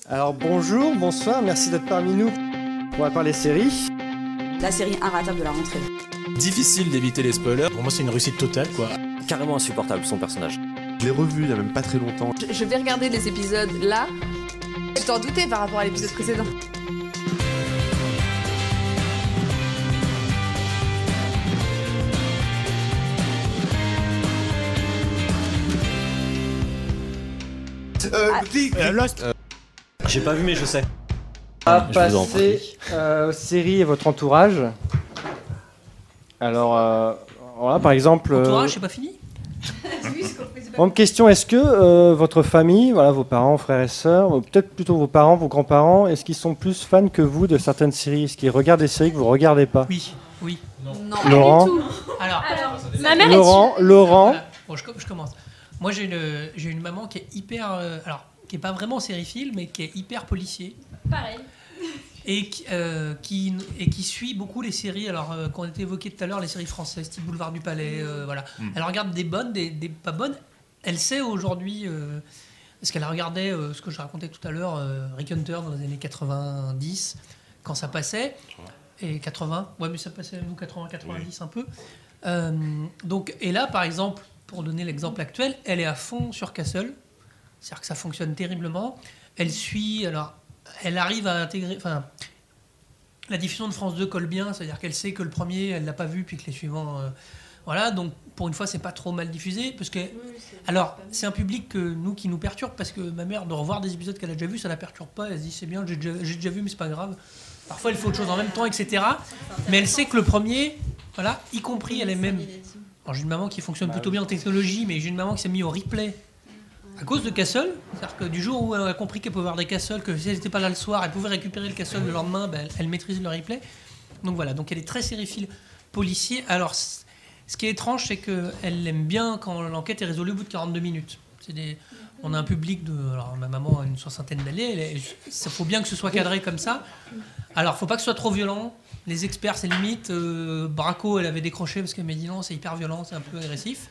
Alors bonjour, bonsoir, merci d'être parmi nous. On va parler séries. La série inratable de la rentrée. Difficile d'éviter les spoilers. Pour moi, c'est une réussite totale, quoi. Carrément insupportable, son personnage. Je l'ai revu il y a même pas très longtemps. Je vais regarder les épisodes là. Tu t'en doutais par rapport à l'épisode précédent. Lost. J'ai pas vu, mais je sais. On va Je vous en passer aux séries et votre entourage. Alors, voilà, par exemple... Entourage, c'est pas fini. Grande question, est-ce que votre famille, voilà, vos parents, frères et sœurs, ou peut-être plutôt vos parents, vos grands-parents, est-ce qu'ils sont plus fans que vous de certaines séries? Est-ce qu'ils regardent des séries que vous regardez pas? Oui. Non. Laurent, Alors, Ma mère Laurent. voilà. Bon, je commence. Moi, j'ai une maman qui est hyper... qui est pas vraiment sériephile, mais qui est hyper policier. pareil. Et qui suit beaucoup les séries, alors qu'on a été évoqué tout à l'heure, les séries françaises, type Boulevard du Palais, voilà. Elle regarde des bonnes, des pas bonnes. Elle sait aujourd'hui, parce qu'elle regardait ce que je racontais tout à l'heure, Rick Hunter dans les années 90, quand ça passait, et 80, ouais mais ça passait nous 80, 90 un peu. Donc, et là par exemple, pour donner l'exemple actuel, elle est à fond sur Castle, c'est-à-dire que ça fonctionne terriblement. Elle suit, alors elle arrive à intégrer, enfin, la diffusion de France 2 colle bien, c'est-à-dire qu'elle sait que le premier, elle l'a pas vu, puis que les suivants, voilà. Donc pour une fois, c'est pas trop mal diffusé, parce que, alors, c'est un public qui nous perturbe, parce que ma mère, de revoir des épisodes qu'elle a déjà vus, ça la perturbe pas. Elle se dit c'est bien, j'ai déjà vu, mais c'est pas grave. Parfois, elle fait autre chose en même temps, etc. Mais elle sait que le premier, voilà, y compris, elle est même. Alors j'ai une maman qui fonctionne plutôt bien en technologie, mais j'ai une maman qui s'est mise au replay. À cause de Castle, c'est-à-dire que du jour où elle a compris qu'elle pouvait voir des Castle, que si elle n'était pas là le soir, elle pouvait récupérer le Castle le lendemain, ben, elle maîtrise le replay. Donc voilà, donc elle est très série-file policier. Alors, ce qui est étrange, c'est qu'elle aime bien quand l'enquête est résolue au bout de 42 minutes. On a un public de... Alors, ma maman a une soixantaine d'années, il faut bien que ce soit cadré comme ça. Alors, il ne faut pas que ce soit trop violent. Les experts, c'est limite. Braco, elle avait décroché parce qu'elle m'a dit non, c'est hyper violent, c'est un peu agressif.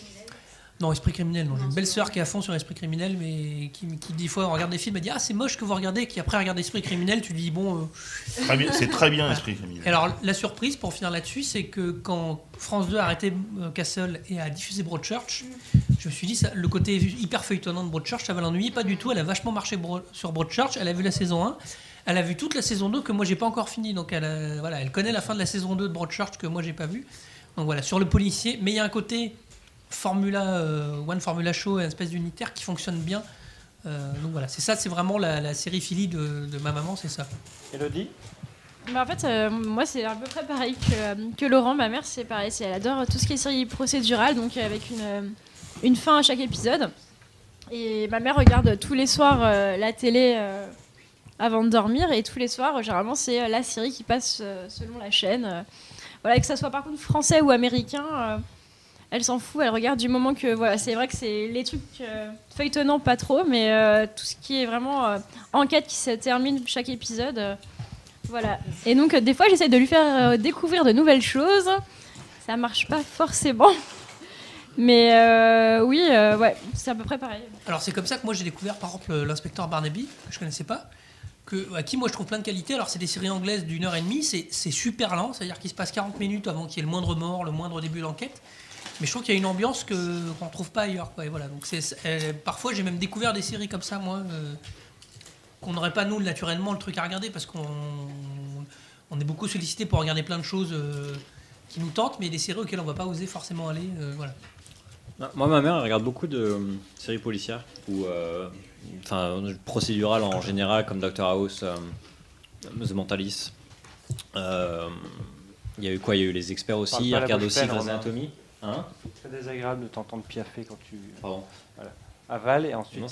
Non, Esprit criminel, non. J'ai une belle sœur qui est à fond sur Esprit criminel, mais qui des fois regarde des films, elle dit ah c'est moche que vous regardez, qui après regarde Esprit criminel, tu lui dis bon. C'est très bien Esprit criminel. Alors la surprise pour finir là-dessus, c'est que quand France 2 a arrêté Castle et a diffusé Broadchurch, je me suis dit le côté hyper feuilletonnant de Broadchurch, ça va l'ennuyer, pas du tout. Elle a vachement marché sur Broadchurch, elle a vu la saison 1, elle a vu toute la saison 2 que moi j'ai pas encore fini, donc elle connaît la fin de la saison 2 de Broadchurch que moi j'ai pas vu. Donc voilà, sur le policier, mais il y a un côté One Formula Show, une espèce d'unitaire qui fonctionne bien. Donc voilà, c'est vraiment la série Philly de ma maman, c'est ça. Elodie? En fait, moi, c'est à peu près pareil que Laurent. Ma mère, c'est pareil. Elle adore tout ce qui est série procédurale, donc avec une fin à chaque épisode. Et ma mère regarde tous les soirs la télé avant de dormir. Et tous les soirs, généralement, c'est la série qui passe selon la chaîne. Voilà, que ça soit par contre français ou américain... Elle s'en fout, elle regarde du moment que... Voilà, c'est vrai que c'est les trucs feuilletonnants, pas trop, mais tout ce qui est vraiment enquête qui se termine chaque épisode, voilà. Et donc, des fois, j'essaie de lui faire découvrir de nouvelles choses. Ça marche pas forcément. Mais oui, ouais, c'est à peu près pareil. Alors, c'est comme ça que moi, j'ai découvert, par exemple, l'inspecteur Barnaby, que je connaissais pas, à qui moi, je trouve plein de qualités. Alors, c'est des séries anglaises d'1h30, c'est super lent, c'est-à-dire qu'il se passe 40 minutes avant qu'il y ait le moindre mort, le moindre début d'enquête. Mais je trouve qu'il y a une ambiance qu'on ne trouve pas ailleurs, quoi. Et voilà. Donc parfois, j'ai même découvert des séries comme ça, moi, qu'on n'aurait pas, nous, naturellement, le truc à regarder, parce qu'on est beaucoup sollicité pour regarder plein de choses qui nous tentent, mais des séries auxquelles on ne va pas oser forcément aller. Voilà. Moi, ma mère, elle regarde beaucoup de séries policières, ou procédurales en général, comme Dr House, The Mentalist. Il y a eu quoi? Il y a eu Les Experts aussi. Elle regarde aussi Grey's Anatomy. Hein? C'est très désagréable de t'entendre piaffer quand tu... Pardon. Voilà. Avale et ensuite...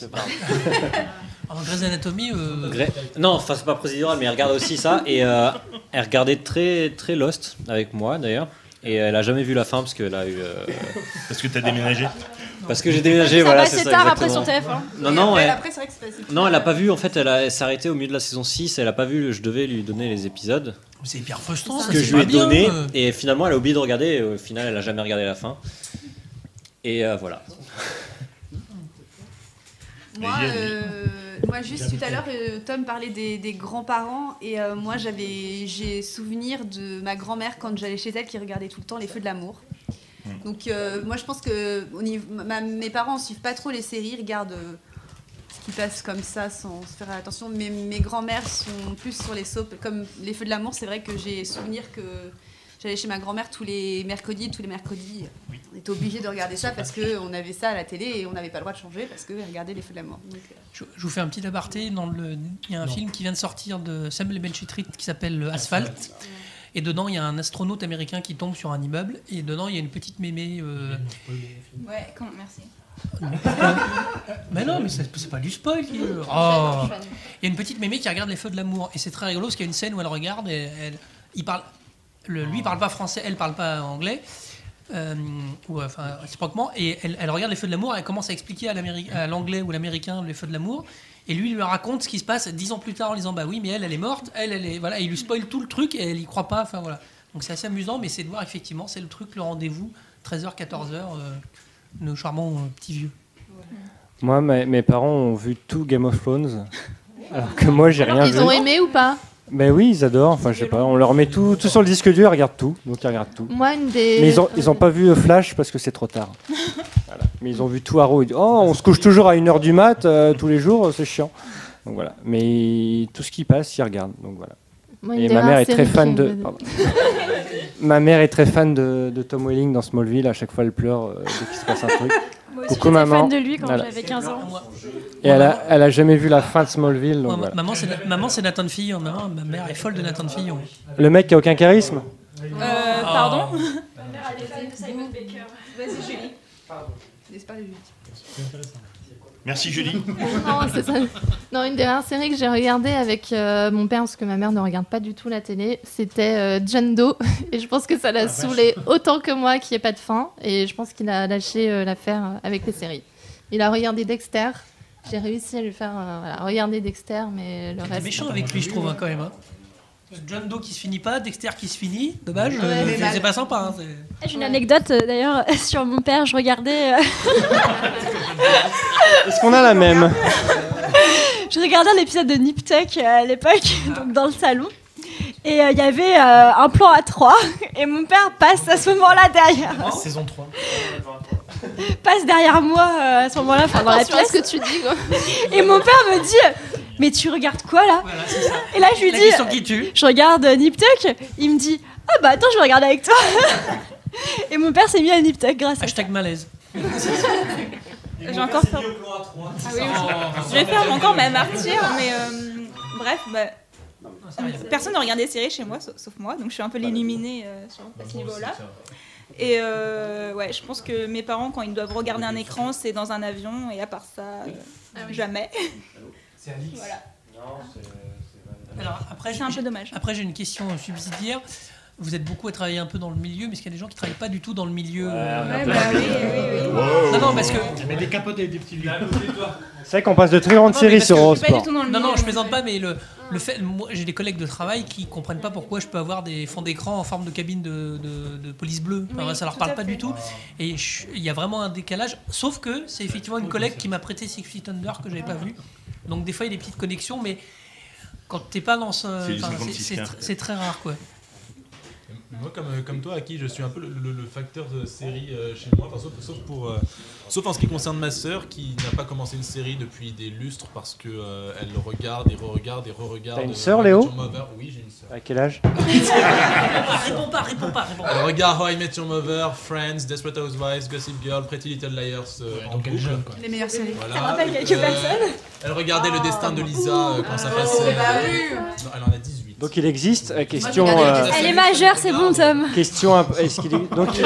En Grey's Anatomy... Non, c'est pas procédural, mais elle regarde aussi ça. Et elle regardait très, très Lost avec moi, d'ailleurs. Et elle a jamais vu la fin, parce qu'elle a eu... Parce que t'as déménagé? Parce que j'ai déménagé, voilà, c'est ça. C'est tard exactement. après sur TF1. Non, Après, c'est vrai que c'est facile. Non, elle a pas vu, en fait, elle s'est arrêtée au milieu de la saison 6, elle a pas vu, je devais lui donner les épisodes. C'est hyper frustrant, que je lui ai donné, et finalement elle a oublié de regarder, et au final elle a jamais regardé la fin. Et voilà. Moi, Moi, juste tout à l'heure, Tom parlait des grands-parents et moi, j'ai souvenir de ma grand-mère quand j'allais chez elle qui regardait tout le temps Les Feux de l'amour. Donc, moi, je pense que mes parents ne suivent pas trop les séries, regardent ce qui passe comme ça sans se faire attention. Mais mes grands-mères sont plus sur les soaps. Comme Les Feux de l'amour, c'est vrai que j'ai souvenir que j'allais chez ma grand-mère tous les mercredis. On était obligés de regarder ça parce qu'on avait ça à la télé et on n'avait pas le droit de changer parce qu'elle regardait Les Feux de l'amour. Donc, Je vous fais un petit aparté. Il y a un film qui vient de sortir de Samuel Benchitrit qui s'appelle Asphalt. Et dedans, il y a un astronaute américain qui tombe sur un immeuble. Et dedans, il y a une petite mémé. Ouais, merci. Mais non, mais c'est pas du spoil. Oh. Il y a une petite mémé qui regarde Les Feux de l'amour. Et c'est très rigolo parce qu'il y a une scène où elle regarde et lui parle pas français, elle parle pas anglais. Réciproquement. Et elle regarde Les Feux de l'amour et elle commence à expliquer à l'anglais ou l'américain Les Feux de l'amour. Et lui raconte ce qui se passe 10 ans plus tard en disant bah oui, mais elle est morte, elle est voilà, et il lui spoil tout le truc et elle y croit pas. Enfin voilà. Donc c'est assez amusant, mais c'est de voir effectivement, c'est le truc, le rendez-vous, 13h, 14h, nos charmants petits vieux. Moi, mes parents ont vu tout Game of Thrones, alors que moi j'ai rien vu. Ils ont aimé ou pas? Ben oui, ils adorent. Enfin, je sais pas. On leur met tout sur le disque dur, ils regardent tout. Donc ils regardent tout. Moi, Mais ils ont pas vu Flash parce que c'est trop tard. Voilà. Mais ils ont vu tout Arrow. Ils disent, on se couche toujours à 1h du mat tous les jours, c'est chiant. Donc voilà. Mais tout ce qui passe, ils regardent. Donc voilà. Moi, et ma mère est très fan de. Ma mère est très fan de Tom Welling dans Smallville. À chaque fois, elle pleure dès qu'il se passe un truc. Moi aussi, j'étais fan de lui quand j'avais 15 ans. Et elle a jamais vu la fin de Smallville. Donc voilà. Maman, c'est Nathan Fillon. Ma mère est folle de Nathan Fillon. Le mec qui a aucun charisme. Pardon. Ma mère a des fans de Simon Baker. Vas-y, Julie. Laisse parler, Julie. Merci Julie. Non, c'est ça. Non, une des rares séries que j'ai regardées avec mon père, parce que ma mère ne regarde pas du tout la télé, c'était Jane Doe. Et je pense que ça l'a saoulé autant que moi, qui n'y ait pas de fin. Et je pense qu'il a lâché l'affaire avec les séries. Il a regardé Dexter. J'ai réussi à lui faire regarder Dexter, mais le reste... C'est méchant avec lui, je trouve, quand même. John Doe qui se finit pas, Dexter qui se finit, dommage, c'est pas sympa. J'ai une anecdote d'ailleurs sur mon père, je regardais... Est-ce qu'on a la même? Je regardais l'épisode de Nip Tuck à l'époque, donc dans le salon, et il y avait un plan à 3, et mon père passe à ce moment-là derrière. Saison 3. Passe derrière moi à ce moment-là, dans la pièce. Ce que tu dis, quoi. Et mon père me dit... Mais tu regardes quoi là? Voilà, c'est ça. Et là je lui dis, je regarde Nip Tuck. Il me dit, ah bah attends, je vais regarder avec toi. Et mon père s'est mis à Nip Tuck grâce à ça. #malaise. J'ai encore fait. Ah oui, je vais faire encore ma martyre, mais bref, personne ne regarde des séries chez moi, sauf moi, donc je suis un peu l'illuminée à ce niveau-là. Et je pense que mes parents, quand ils doivent regarder un écran, c'est dans un avion, et à part ça, jamais. C'est Alix. Voilà. Alors, après, c'est un peu dommage. Après, j'ai une question subsidiaire. Vous êtes beaucoup à travailler un peu dans le milieu, mais est-ce qu'il y a des gens qui ne travaillent pas du tout dans le milieu Oui. Non, parce que... Mais des capotes avec des petits lieux. C'est vrai qu'on passe de très grandes séries sur Eurosport. Non, je plaisante pas, mais le fait, moi, j'ai des collègues de travail qui comprennent pas pourquoi je peux avoir des fonds d'écran en forme de cabine de police bleue. Enfin, ça leur parle pas du tout. Et il y a vraiment un décalage. Sauf que c'est effectivement une collègue qui m'a prêté Six Feet Under que j'avais pas vu. Donc des fois il y a des petites connexions, mais quand t'es pas dans ce, c'est très rare quoi. Moi, comme toi, Aki, je suis un peu le facteur de série chez moi, enfin, sauf en ce qui concerne ma sœur, qui n'a pas commencé une série depuis des lustres parce que elle le regarde et re-regarde et re-regarde. T'as une sœur, Léo? Oui, j'ai une sœur. À quel âge? Réponds pas. Elle regarde How I Met Your Mother, Friends, Desperate Housewives, Gossip Girl, Pretty Little Liars en boucle. Jeune, quoi. Les meilleures séries. Voilà. Ça rappelle quelques personnes. Elle regardait Le Destin de Lisa quand ça passait. Non, elle en a 18. Donc il existe. Question. Elle est majeure, c'est bon, Tom. Question. Est-ce qu'il est... donc...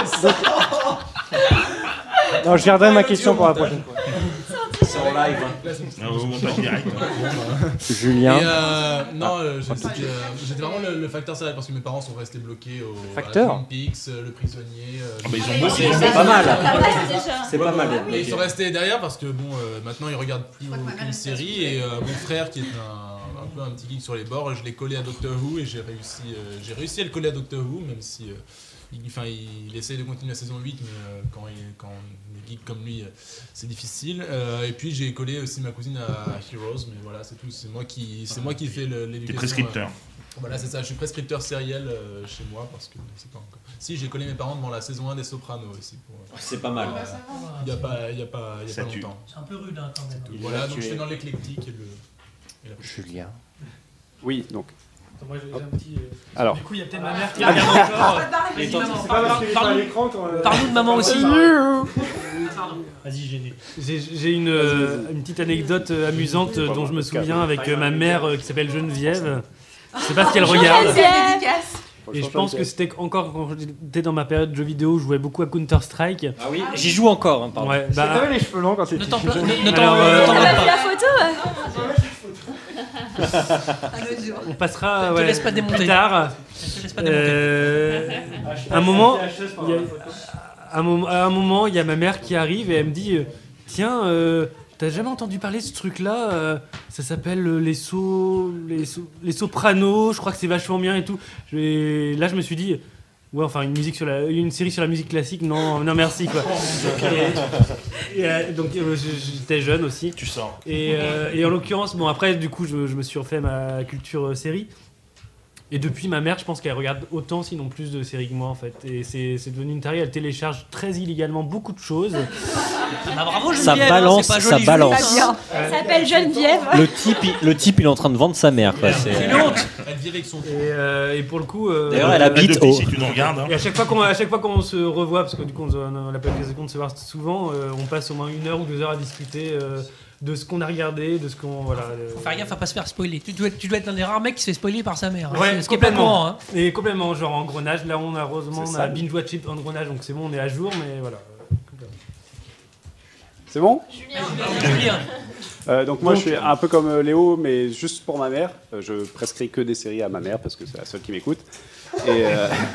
Non, je garderai ma question pour la prochaine fois. C'est en live. Au montage direct. Julien. J'étais vraiment le facteur salarial parce que mes parents sont restés bloqués au Facteur. Twin Peaks, Le Prisonnier. Ils ont bossé. C'est pas mal. C'est pas mal. Mais ils sont restés derrière parce que maintenant ils regardent plus aucune série et mon frère qui est un peu un petit geek sur les bords, je l'ai collé à Doctor Who et j'ai réussi à le coller à Doctor Who même si il essaie de continuer la saison 8, mais quand on est geek comme lui, c'est difficile. Et puis j'ai collé aussi ma cousine à Heroes, mais voilà, c'est tout. C'est moi qui fais l'éducation. T'es prescripteur. Voilà, c'est ça, je suis prescripteur sériel chez moi parce que c'est pas encore. Si, j'ai collé mes parents devant la saison 1 des Sopranos aussi. C'est pas mal. Il y a pas longtemps. C'est un peu rude hein, quand même. Voilà, donc je fais dans l'éclectique et la Julien. Oui, donc. Moi, j'ai un petit. Alors. Du coup, il y a peut-être ma mère qui regarde encore. Parle-nous de maman aussi. Vas-y, j'ai une petite anecdote amusante dont je me souviens avec ma mère qui s'appelle Geneviève. Je sais pas ce qu'elle regarde. Et je pense que c'était encore quand j'étais dans ma période de jeux vidéo, je jouais beaucoup à Counter-Strike. Ah oui, j'y joue encore. Hein, pardon. Ouais, T'avais les cheveux longs quand t'étais Ne t'en jeune. pas la photo. On passera te laisse pas démonter. plus tard. À un moment, il y a ma mère qui arrive et elle me dit tiens, t'as jamais entendu parler de ce truc-là ça s'appelle les Sopranos. Je crois que c'est vachement bien et tout. Là, je me suis dit. Ouais, enfin une série sur la musique classique, non merci quoi. Donc j'étais jeune aussi. Tu sors. Et en l'occurrence, bon après du coup je me suis refait ma culture série. Et depuis, ma mère, je pense qu'elle regarde autant, sinon plus de séries que moi en fait. Et c'est devenu une tarée. Elle télécharge très illégalement beaucoup de choses. Ah, bravo Ça Geneviève, balance, c'est pas ça joli, balance. Ça s'appelle Geneviève. Le type, il est en train de vendre sa mère. Quoi. C'est une honte. Elle vit avec son Et pour le coup, D'ailleurs, elle habite au. Si tu nous regardes. Hein. Et à chaque fois qu'on se revoit, parce que du coup on n'a pas l'occasion de se voir souvent, on passe au moins 1 heure ou 2 heures à discuter de ce qu'on a regardé, de ce qu'on voilà. Faut faire gaffe à pas se faire spoiler. Tu dois être un des rares mecs qui se fait spoiler par sa mère. Ouais, ce qui est pas courant. Hein. Et complètement, genre engrenage. Là, heureusement, on a ça. binge-watché engrenage, donc c'est bon, on est à jour, mais voilà. C'est bon? Julien. Donc moi je suis un peu comme Léo, mais juste pour ma mère. Je prescris que des séries à ma mère parce que c'est la seule qui m'écoute. Et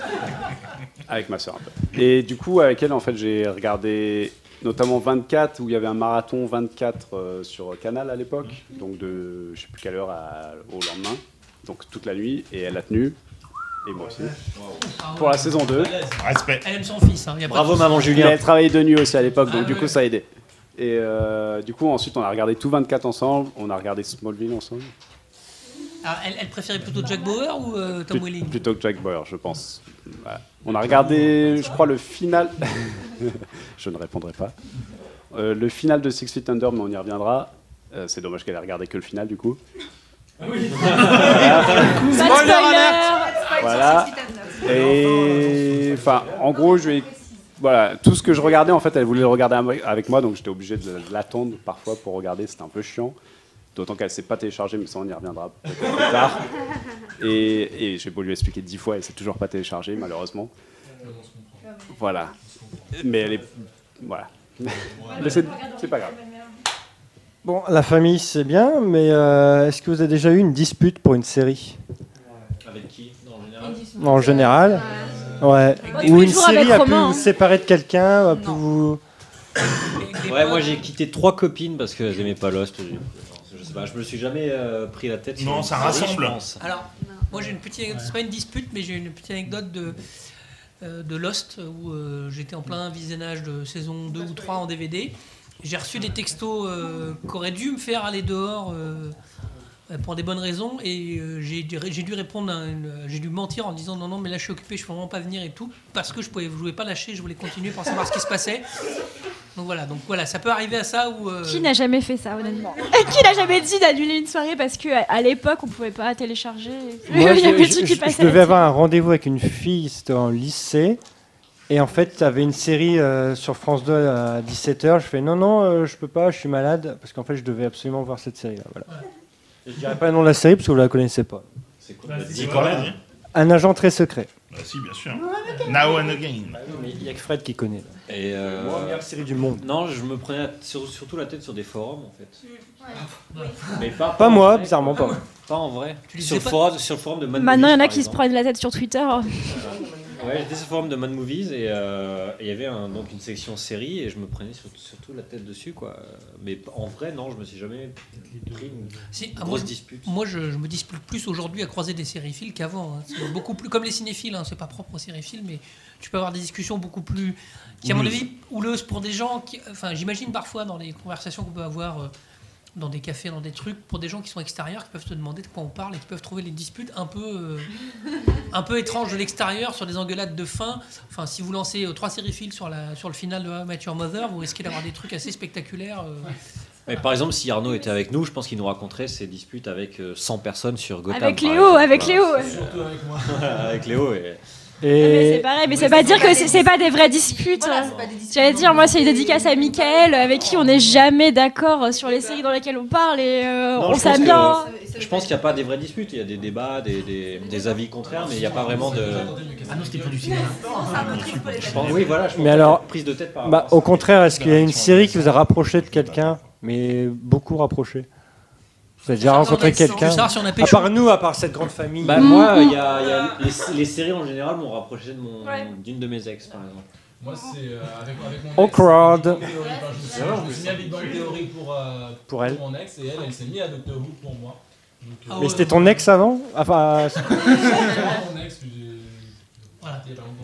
avec ma soeur un peu. Et du coup avec elle en fait j'ai regardé notamment 24 où il y avait un marathon 24 sur Canal à l'époque, donc de je sais plus quelle heure au lendemain, donc toute la nuit, et elle a tenu. Et moi aussi. Pour la saison 2. Respect. Elle aime son fils. Hein, y a Bravo pas de... maman Julien. Elle travaillait de nuit aussi à l'époque, donc du coup ça a aidé. Et du coup ensuite on a regardé tout 24 ensemble, on a regardé Smallville ensemble. Alors, elle préférait plutôt Jack Bauer ou Tom Welling? Plutôt que Jack Bauer, je pense. Voilà. On a regardé, je crois, le final. Je ne répondrai pas. Le final de Six Feet Under, mais on y reviendra. C'est dommage qu'elle ait regardé que le final, du coup. Oui. Spoiler alert. Voilà. Et enfin, en gros, voilà, tout ce que je regardais, en fait, elle voulait le regarder avec moi, donc j'étais obligé de l'attendre parfois pour regarder. C'était un peu chiant. D'autant qu'elle ne s'est pas téléchargée, mais ça on y reviendra peut-être plus tard. Et j'ai beau lui expliquer 10 fois, elle ne s'est toujours pas téléchargée, malheureusement. Voilà. Mais elle est... Voilà. Mais c'est pas grave. Bon, la famille c'est bien, mais est-ce que vous avez déjà eu une dispute pour une série? Avec qui en général? En général, ouais. Ou une série a pu vous séparer de quelqu'un, a pu vous... Ouais, moi j'ai quitté 3 copines parce qu'elles aimaient pas Lost. Je sais pas, je me suis jamais pris la tête. Non, ça rassemble. Alors, moi j'ai une petite anecdote, c'est pas une dispute, mais j'ai une petite anecdote de Lost où j'étais en plein visionnage de saison 2 ou 3 en DVD. J'ai reçu des textos qu'aurait dû me faire aller dehors pour des bonnes raisons, et j'ai dû répondre, j'ai dû mentir en disant non mais là je suis occupé, je peux vraiment pas venir et tout, parce que je voulais pas lâcher, je voulais continuer pour savoir ce qui se passait. Donc voilà, ça peut arriver à ça où... Qui n'a jamais fait ça, honnêtement? Qui n'a jamais dit d'annuler une soirée parce qu'à l'époque, on pouvait pas télécharger? Moi, Il y avait des trucs qui passaient. je devais avoir un rendez-vous avec une fille, c'était en lycée. Et en fait, tu avais une série sur France 2 à 17h. Je fais non, je peux pas, je suis malade. Parce qu'en fait, je devais absolument voir cette série-là. Voilà. Je dirais pas le nom de la série parce que vous la connaissez pas. C'est quoi? Dis quand même. Un agent très secret. Bah si, bien sûr. Now and Again. Mais il y a que Fred qui connaît. Et la meilleure série du monde. Non, je me prenais surtout la tête sur des forums en fait. Mais pas moi, bizarrement pas. Pas en vrai. Tu Sur le forum de Mode Maintenant, il y en a par qui se exemple. prennent la tête sur Twitter. Ouais, j'étais sur le forum de Mad Movies et il y avait donc une section série et je me prenais surtout la tête dessus, quoi. Mais en vrai, non, je me suis jamais pris une grosse dispute. Moi, je me dispute plus aujourd'hui à croiser des sériphiles qu'avant. Hein. C'est beaucoup plus comme les cinéphiles, hein, c'est pas propre aux sériphiles, mais tu peux avoir des discussions beaucoup plus, qui à mon avis, houleuses pour des gens qui, enfin, j'imagine parfois dans les conversations qu'on peut avoir dans des cafés, dans des trucs, pour des gens qui sont extérieurs, qui peuvent te demander de quoi on parle et qui peuvent trouver les disputes un peu étranges de l'extérieur sur des engueulades de fin. Enfin, si vous lancez 3 sériphiles sur le final de How I Met Your Mother, vous risquez d'avoir des trucs assez spectaculaires. Mais par exemple, si Arnaud était avec nous, je pense qu'il nous raconterait ses disputes avec 100 personnes sur Gotham. Avec Léo, avec Léo. Surtout avec moi. Avec Léo et... Mais c'est pareil, mais ça veut pas dire que c'est pas des vraies disputes. Voilà, j'allais dire, moi, c'est une dédicace à Michael, avec qui on n'est jamais d'accord sur les séries dans lesquelles on parle et on s'aime bien. Je pense qu'il n'y a pas des vraies disputes, il y a des débats, des avis contraires, mais il n'y a pas vraiment de... Ah non, c'était pas du cinéma. Je pense, oui, voilà, je pense mais alors, prise de tête par rapport à ça. au contraire, est-ce qu'il y a une série qui vous a rapproché de quelqu'un, mais beaucoup rapproché? Vous avez déjà rencontré quelqu'un, à part nous, à part cette grande famille? Moi, il y a les séries en général m'ont rapproché d'une de mes ex, par exemple. Moi, c'est avec mon ex. Awkward. Je me suis mis à Big Bang Theory pour elle. Mon ex et elle s'est mise à Doctor Who pour moi. Donc, mais c'était ton ex avant? Enfin. Mon ex, voilà.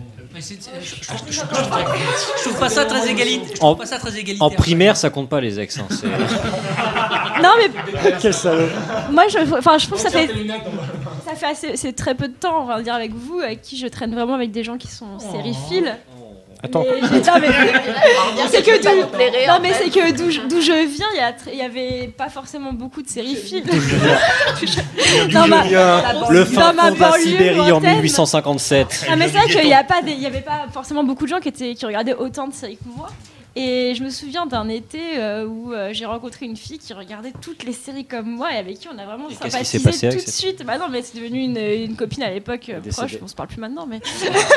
Je trouve pas ça très égalitaire. En primaire, ça compte pas les ex. Hein, non mais quel salaud. Moi, je trouve que ça fait assez, c'est très peu de temps, on va dire, avec vous, avec qui je traîne vraiment avec des gens qui sont sériphiles. Attends. C'est que d'où je viens, il y avait pas forcément beaucoup de sériphiles. Le fin fond de la Sibérie en 1857. Non mais c'est vrai qu'il y avait pas forcément beaucoup de gens qui regardaient autant de séries que moi. Et je me souviens d'un été où j'ai rencontré une fille qui regardait toutes les séries comme moi et avec qui on a vraiment sympathisé tout de suite. Bah non, mais c'est devenu une copine à l'époque proche, on se parle plus maintenant, mais...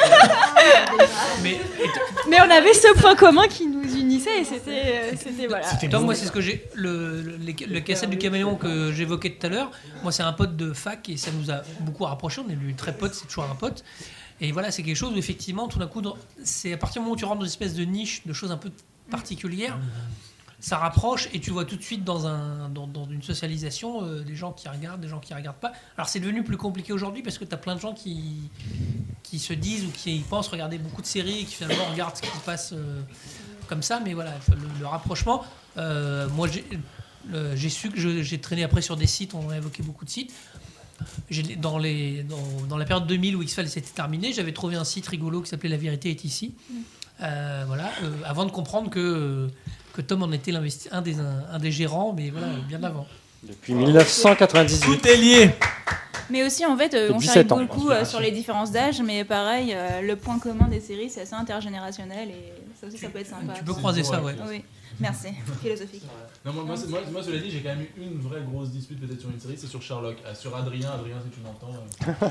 mais on avait ce point commun qui nous unissait et c'était voilà. Donc moi c'est ce que j'ai le cassette du caméléon que j'évoquais tout à l'heure. Moi c'est un pote de fac et ça nous a beaucoup rapprochés. On est devenu très potes, c'est toujours un pote. Et voilà, c'est quelque chose où effectivement, tout d'un coup, c'est à partir du moment où tu rentres dans une espèce de niche, de choses un peu particulières, ça rapproche et tu vois tout de suite dans une socialisation des gens qui regardent, des gens qui ne regardent pas. Alors c'est devenu plus compliqué aujourd'hui parce que tu as plein de gens qui se disent ou qui pensent regarder beaucoup de séries et qui finalement regardent ce qui passe comme ça. Mais voilà, le rapprochement, moi j'ai su que j'ai traîné après sur des sites, on a évoqué beaucoup de sites. Dans la période 2000 où X-Files s'était terminé, j'avais trouvé un site rigolo qui s'appelait La Vérité est ici. Avant de comprendre que Tom en était un des gérants, mais voilà, bien avant. Depuis 1998. Tout est lié. Mais aussi, en fait, on charrie beaucoup sur les différences d'âge, mais pareil, le point commun des séries, c'est assez intergénérationnel et ça aussi, ça peut être sympa. Tu peux croiser ça, ouais. Oui, merci. Philosophique. Non, moi, cela dit, j'ai quand même eu une vraie grosse dispute peut-être sur une série, c'est sur Sherlock. Sur Adrien, si tu m'entends,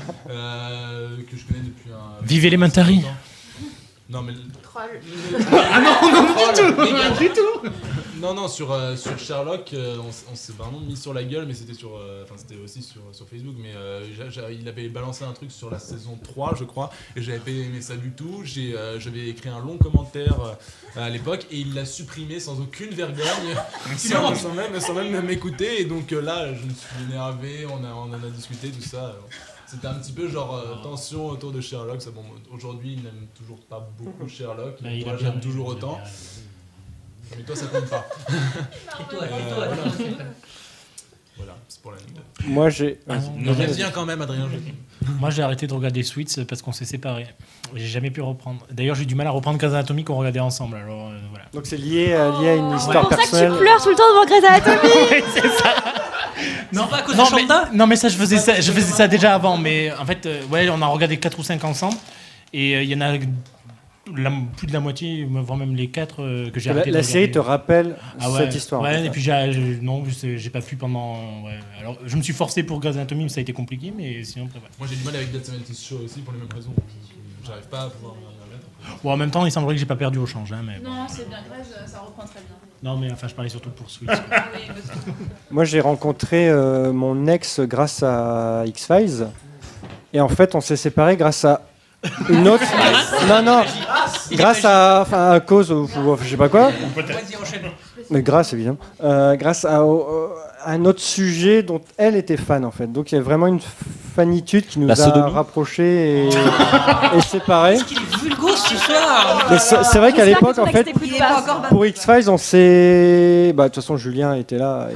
que je connais depuis un... Vive Elementary. Non, mais... Ah non, du tout. Non, sur Sherlock, on s'est vraiment mis sur la gueule, mais c'était c'était aussi sur Facebook, mais il avait balancé un truc sur la saison 3, je crois, et j'avais pas aimé ça du tout. J'avais écrit un long commentaire à l'époque, et il l'a supprimé sans aucune vergogne, sans même m'écouter, et donc là, je me suis énervé, on en a discuté, tout ça. C'était un petit peu genre tension autour de Sherlock. Bon, aujourd'hui, il n'aime toujours pas beaucoup Sherlock. Moi, j'aime toujours autant. Mais toi, ça compte pas. Et toi, voilà, c'est pour l'anecdote. Moi, j'ai... Reviens quand même, Adrien. Moi, j'ai arrêté de regarder Suits parce qu'on s'est séparés. J'ai jamais pu reprendre. D'ailleurs, j'ai eu du mal à reprendre Grey's Anatomy qu'on regardait ensemble. Alors, voilà. Donc c'est lié à une histoire personnelle. C'est pour ça que tu pleures tout le temps devant Grey's Anatomy. Oui, c'est ça. Non, pas à cause de Shonda. Non, mais ça, je faisais ça déjà avant. Mais en fait, on a regardé 4 ou 5 ensemble. Et il y en a plus de la moitié, voire même les 4 que j'ai arrêté de regarder. La série te rappelle cette histoire. Ouais, et puis j'ai pas pu pendant... Alors, je me suis forcé pour Grey's Anatomy, mais ça a été compliqué, mais sinon... Ouais. Moi, j'ai du mal avec Dead 70 Show aussi, pour les mêmes raisons. J'arrive pas à pouvoir m'y remettre. Bon, en même temps, il semblerait que j'ai pas perdu au change. Hein, mais non, c'est bien, Grey's, ça reprend très bien. Non, mais enfin, je parlais surtout pour Switch. Moi, j'ai rencontré mon ex grâce à X-Files. Et en fait, on s'est séparés grâce à Une autre. Non. Grâce à cause ou je sais pas quoi. Mais grâce évidemment. Grâce à un autre sujet dont elle était fan en fait. Donc il y a vraiment une fanitude qui nous a rapprochés et séparés. Est-ce qu'il est vulgo ce soir? Mais c'est vrai qu'à l'époque en fait, pour X-Files on s'est. Bah de toute façon Julien était là.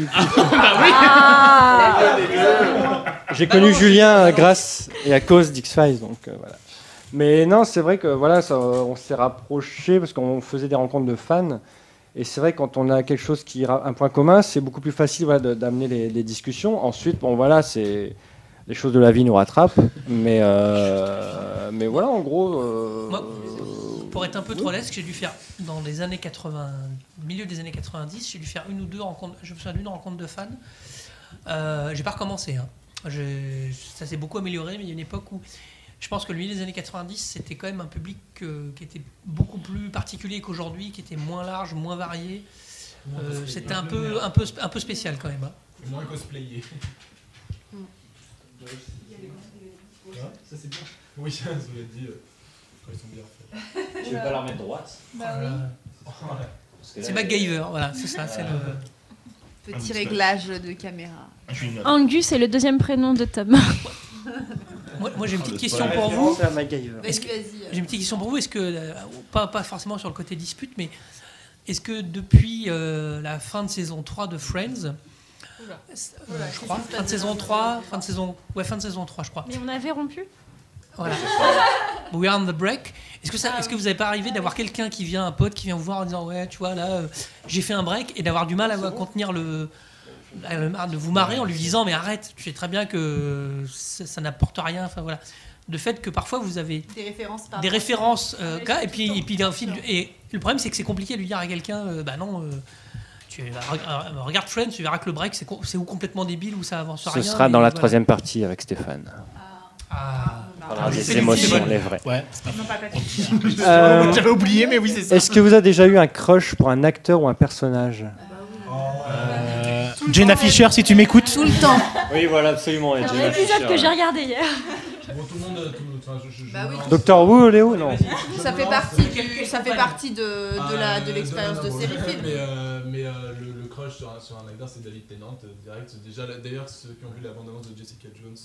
J'ai connu Julien grâce et à cause d'X-Files donc voilà. Mais non, c'est vrai que voilà, on s'est rapprochés parce qu'on faisait des rencontres de fans. Et c'est vrai que quand on a quelque chose qui a un point commun, c'est beaucoup plus facile d'amener les discussions. Ensuite, bon voilà, c'est les choses de la vie nous rattrapent. Mais voilà, en gros. Moi, pour être un peu trollesque, j'ai dû faire dans les années 80, milieu des années 90, j'ai dû faire une ou deux rencontres. Je me souviens d'une rencontre de fans. J'ai pas recommencé. Hein. Ça s'est beaucoup amélioré, mais il y a une époque où je pense que le milieu des années 90, c'était quand même un public qui était beaucoup plus particulier qu'aujourd'hui, qui était moins large, moins varié. C'était un peu spécial quand même. Hein. Moins cosplayé. Ça c'est bien. Oui, ça vous l'a dit. Quand ils sont bien faits. Tu veux pas leur mettre droite? Bah oui. C'est MacGyver, voilà, c'est ça. C'est le petit réglage de caméra. Angus est le deuxième prénom de Tom. Moi j'ai une petite question pour vous. J'ai une petite question pour vous. Est-ce que, pas forcément sur le côté dispute, mais est-ce que depuis la fin de saison 3 de Friends, je crois, fin de saison 3, fin de saison 3, je crois. Mais on avait rompu. Voilà. We are on the break. Est-ce que vous n'avez pas arrivé d'avoir quelqu'un qui vient, un pote qui vient vous voir en disant ouais, tu vois là, j'ai fait un break, et d'avoir du mal à contenir de vous marrer en lui disant mais arrête, tu sais très bien que ça n'apporte rien, enfin voilà, de fait que parfois vous avez des références et puis le problème c'est que c'est compliqué de lui dire à quelqu'un bah non regarde Friends, tu verras que le break c'est ou complètement débile ou ça avance rien. Ce sera dans la troisième partie avec Stéphane. Des émotions, les vraies. Ouais. J'avais oublié, mais oui c'est ça. Est-ce que vous avez déjà eu un crush pour un acteur ou un personnage? Jenna Fischer, si tu m'écoutes. Tout le temps. Oui, voilà, absolument. C'est un épisode que j'ai regardé hier. Bon, tout le monde. Doctor Who, Léo, non? Ça fait partie de l'expérience de série film. Mais le crush sur un acteur, c'est David Tennant, direct. Déjà, d'ailleurs, ceux qui ont vu la bande-annonce de Jessica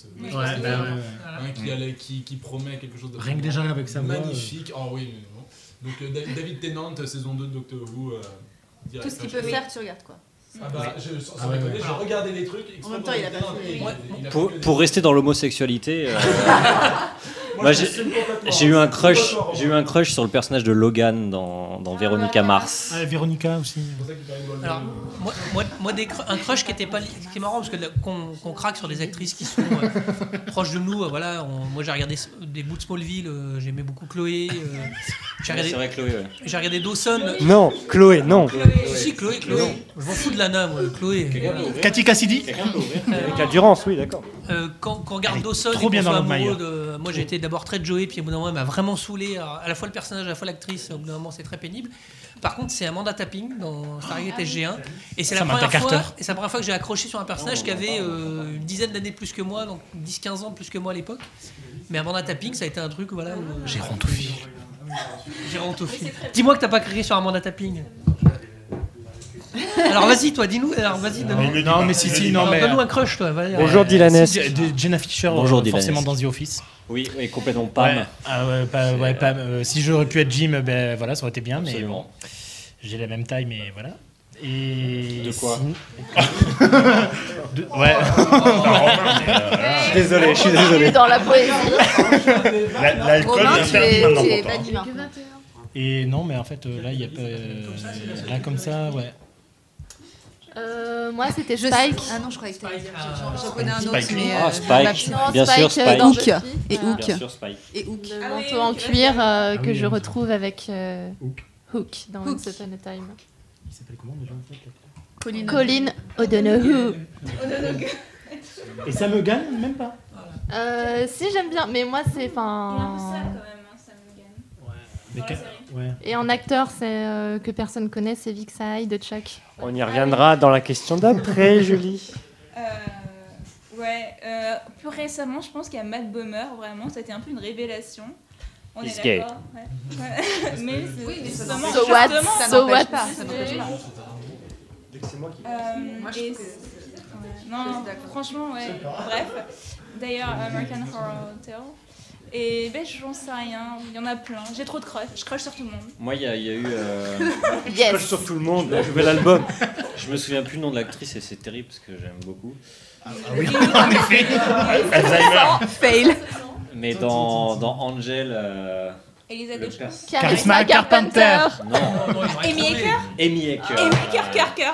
Jones, qui promet quelque chose de rien que déjà avec sa voix magnifique. Oh oui, mais bon. Donc David Tennant, saison 2 de Doctor Who. Tout ce qu'il peut faire, tu regardes quoi. Je regardais les trucs. En même temps, il a pas fait. Pour rester dans l'homosexualité, j'ai eu un crush sur le personnage de Logan dans Véronica Mars. Ah, Véronica aussi. Alors, moi un crush qui est marrant parce que qu'on craque sur des actrices qui sont proches de nous. Voilà, moi j'ai regardé des bouts de Smallville, j'aimais beaucoup Chloé. C'est vrai, Chloé. Ouais. J'ai regardé Dawson. Non, Chloé, non. Si, Chloé. Je m'en fous de Lana, moi, Chloé. Cathy Cassidy. Avec Durance, oui, d'accord. Quand on regarde Dawson, trop bien dans amoureux de... Moi j'ai été d'abord très Joey, puis au bout d'un moment elle m'a vraiment saoulé. Alors, à la fois le personnage, à la fois l'actrice, au bout d'un moment c'est très pénible. Par contre, c'est Amanda Tapping dans Stargate SG1. Et c'est la première fois que j'ai accroché sur un personnage qui avait une dizaine d'années de plus que moi, donc 10-15 ans de plus que moi à l'époque. Mais Amanda Tapping, ça a été un truc, voilà. Gérontophile. Dis-moi que t'as pas crié sur Amanda Tapping. Alors vas-y, toi, dis-nous. Alors vas-y, donne-nous. Non, mais si, non, mais. Donne-nous un crush, toi. Bonjour Dylanès. Jenna Fischer, forcément dans The Office. Oui, complètement Pam. Pam. Si j'aurais pu être Jim, ben voilà, ça aurait été bien, mais absolument. J'ai la même taille, mais voilà. Et de quoi Ouais. Je suis désolé. Dans la poésie. L'alcool est interdit maintenant pour toi. Et non, mais en fait, là, il y a pas. Là, comme ça, ouais. Moi, c'était Spike. Ah non, je croyais que t'allais dire. Je connais un autre, Spike. mais. Spike. Non, Bien sûr, Spike. Hook. Et Hook. Bien sûr, Spike. Et Hook. Le manteau en cuir que je retrouve avec Hook dans Once Upon a Time. Il s'appelle comment déjà en fait? Colin O'Donoghue. Et ça me gagne même pas. Si, j'aime bien, mais moi c'est. Il y a un peu ça quand même, ça me gagne. Ouais. Et en acteur, c'est que personne connaît, c'est Vic Sahai de Chuck. On y reviendra dans la question d'après, Julie. Ouais, plus récemment, je pense qu'il y a Matt Bomer, vraiment, ça a été un peu une révélation. On He's est gay. d'accord. Ouais. Mais c'est vraiment So what? justement, So what? Ça n'empêche pas. C'est moi qui. Moi, je et trouve que non, franchement, ouais. Bref, d'ailleurs, American Horror Tale. Et ben, j'en sais rien, il y en a plein. J'ai trop de crush, je crush sur tout le monde. Moi, il y a eu. Je coche sur tout le monde, le nouvel album. Je me souviens plus le nom de l'actrice et c'est terrible parce que j'aime beaucoup. Ah oui, en effet. Alzheimer. Fail. Mais dans Angel. Elisabeth Charisma Carpenter. Non. Amy Acker. Amy Acker. Amy Acker.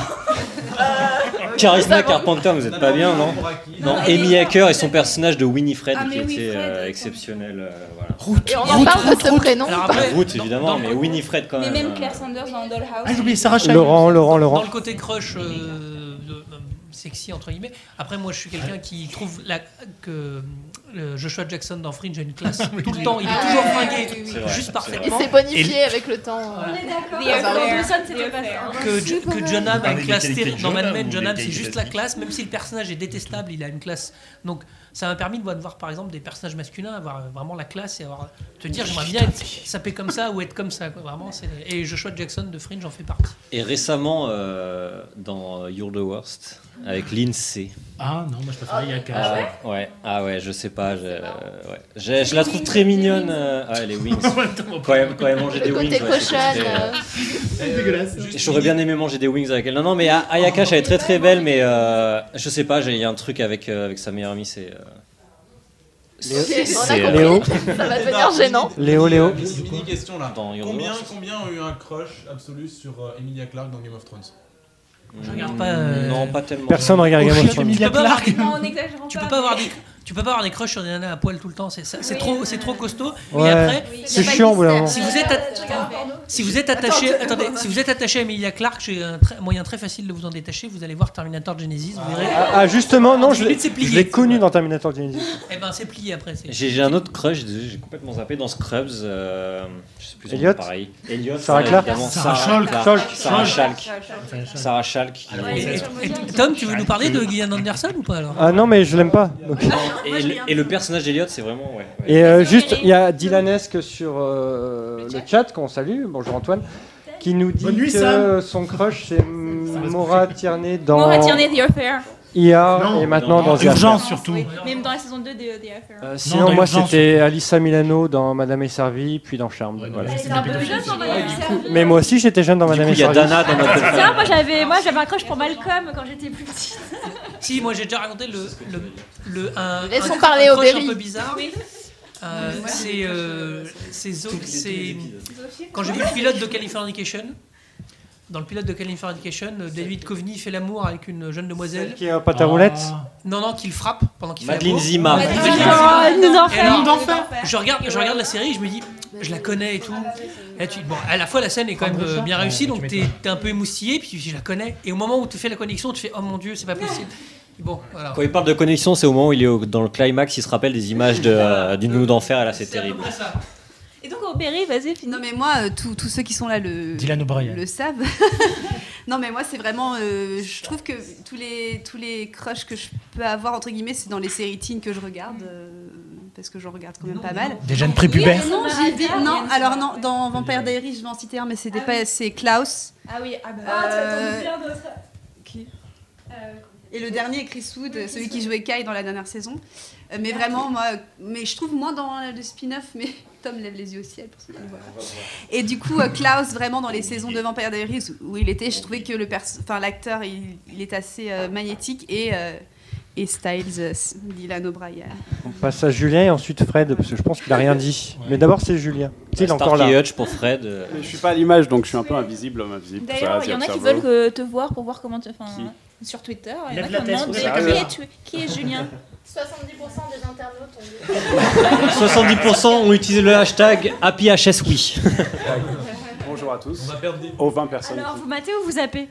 Charisma Carpenter, vous êtes pas bien, non? Non, Amy Acker et son personnage de Winifred Ah, qui mais était Winifred, exceptionnel. Voilà. Et on en parle de ce prénom. Alors après, Ruth, évidemment, mais Winifred quand Mais même. même Claire Sanders dans Dollhouse. Ah, j'ai oublié Sarah Chalk. Laurent. dans le côté crush sexy entre guillemets. Après, moi, je suis quelqu'un qui trouve que Joshua Jackson dans Fringe a une classe tout le temps. Il est toujours fringué, juste Il parfaitement. s'est bonifié avec le temps. On est d'accord. The Affair. Personne s'était pas fait. Que John Hamm a une classe qualités terrible. de Dans John Mad Hamm Men, ou John les Hamm, c'est qualités juste la de- classe. Même si le personnage est détestable, il a une classe. Donc, ça m'a permis de voir, par exemple, des personnages masculins avoir vraiment la classe et te dire, j'aimerais bien être sapé comme ça ou être comme ça. Quoi. Vraiment, et Joshua Jackson de Fringe en fait partie. Et récemment, dans You're the Worst, avec Lindsay. Ah non, moi je préfère Yaka. Ouais, je sais pas. Je la trouve très mignonne. Les wings. Quand elle mangeait des Le wings. côté cochonne. C'est dégueulasse. J'aurais bien aimé manger des wings avec elle. Non, mais Ayaka, elle est très très belle, mais je sais pas, il y a un truc avec sa meilleure amie, c'est. On a compris. Léo. Ça va devenir gênant. Léo. Une mini question là. Dans You're the Combien Worst. ont eu un crush absolu sur Emilia Clarke dans Game of Thrones? Je regarde pas. Non, pas tellement. Personne ne regarde Game of Thrones. Tu peux pas avoir des- Non, en exagérant Tu pas. peux pas avoir des crushs sur des nanas à poil tout le temps, c'est trop costaud. Ouais. Et après, C'est chiant au bout d'un moment. si vous êtes attaché à Emilia Clarke, j'ai un moyen très facile de vous en détacher. Vous allez voir Terminator Genesis, vous verrez. Ah justement, non, je Limite, c'est plié. l'ai connu dans Terminator Genesis. Eh ben c'est plié après. J'ai un autre crush, désolé, j'ai complètement zappé dans Scrubs. Je sais plus son nom, Elliot. pareil. Elliot. Sarah Clarke. évidemment, Sarah Schalk. Et Tom, tu veux nous parler de Gillian Anderson ou pas alors? Ah non, mais je l'aime pas. Donc. Et le personnage d'Elliot, c'est vraiment. Ouais. Et juste, il y a Dylanesque sur le chat, qu'on salue, bonjour Antoine, qui nous dit Bonne nuit, que Sam. son crush c'est Maura Tierney dans Maura Tierney, The Affair. IA Non, et maintenant dans The Urgence Affair. surtout. Oui. Même dans la saison 2 de The Affair. Sinon, dans moi Urgence, c'était Alyssa Milano dans Madame est servie, puis dans Charmed. Voilà. C'est un peu jeune dans Madame est servie. Mais moi aussi j'étais jeune dans Du Madame coup, est il y a servie. Dana dans notre Tiens, moi j'avais un crush pour Malcolm quand j'étais plus petite. Si, moi j'ai déjà raconté un Laissons un parler crush Aubéry. un peu bizarre. C'est quand j'ai vu le pilote de Californication. Dans le pilote de Californication, David Coveney fait l'amour avec une jeune demoiselle. Qui est un pâte à roulettes. Non, qu'il frappe pendant qu'il fait Madeline l'amour. Zima. Nous en Et alors, fait. je regarde la série, je me dis, je la connais et tout. Et là, bon, à la fois la scène est quand même bien réussie, donc t'es un peu émoustillé, puis je la connais. Et au moment où tu fais la connexion, tu fais, oh mon Dieu, c'est pas possible. Bon, voilà. Quand il parle de connexion, c'est au moment où il est dans le climax, il se rappelle des images d'une nounou d'enfer, et là c'est terrible. Et donc, Aubéry, vas-y, finis. Non, mais moi, tous ceux qui sont là Dylan O'Brien. le savent. Non, mais moi, c'est vraiment. Je trouve que tous les crushs que je peux avoir, entre guillemets, c'est dans les séries teen que je regarde. Parce que j'en regarde quand même pas mal. Des jeunes prépubères. Non, non, alors non, dans Vampire Diaries, je vais en citer un, mais c'était pas. C'est Klaus. Ah oui, ah bah. Qui Et le dernier est Chris Wood, celui qui jouait Kai dans la dernière saison. Mais vraiment, moi, mais je trouve moins dans le spin-off, mais Tom lève les yeux au ciel pour ceux qui le voient. Et du coup, Klaus, vraiment dans les saisons de Vampire Diaries où il était, je trouvais que l'acteur, il est assez magnétique et Styles, Dylan O'Brien. On passe à Julien et ensuite Fred, parce que je pense qu'il a rien dit. Mais d'abord c'est Julien. Tu sais, il est encore Starkey là. Hutch pour Fred. Mais je suis pas à l'image, donc je suis un peu invisible. D'ailleurs, il y en a qui veulent te voir pour voir comment tu. Sur Twitter, il y en a qui demandent qui est Julien. 70% des internautes ont dit. 70% ont utilisé le hashtag HappyHSWi. Bonjour à tous. On va perdre des... Aux 20 personnes. Alors, vous matez ou vous zappez?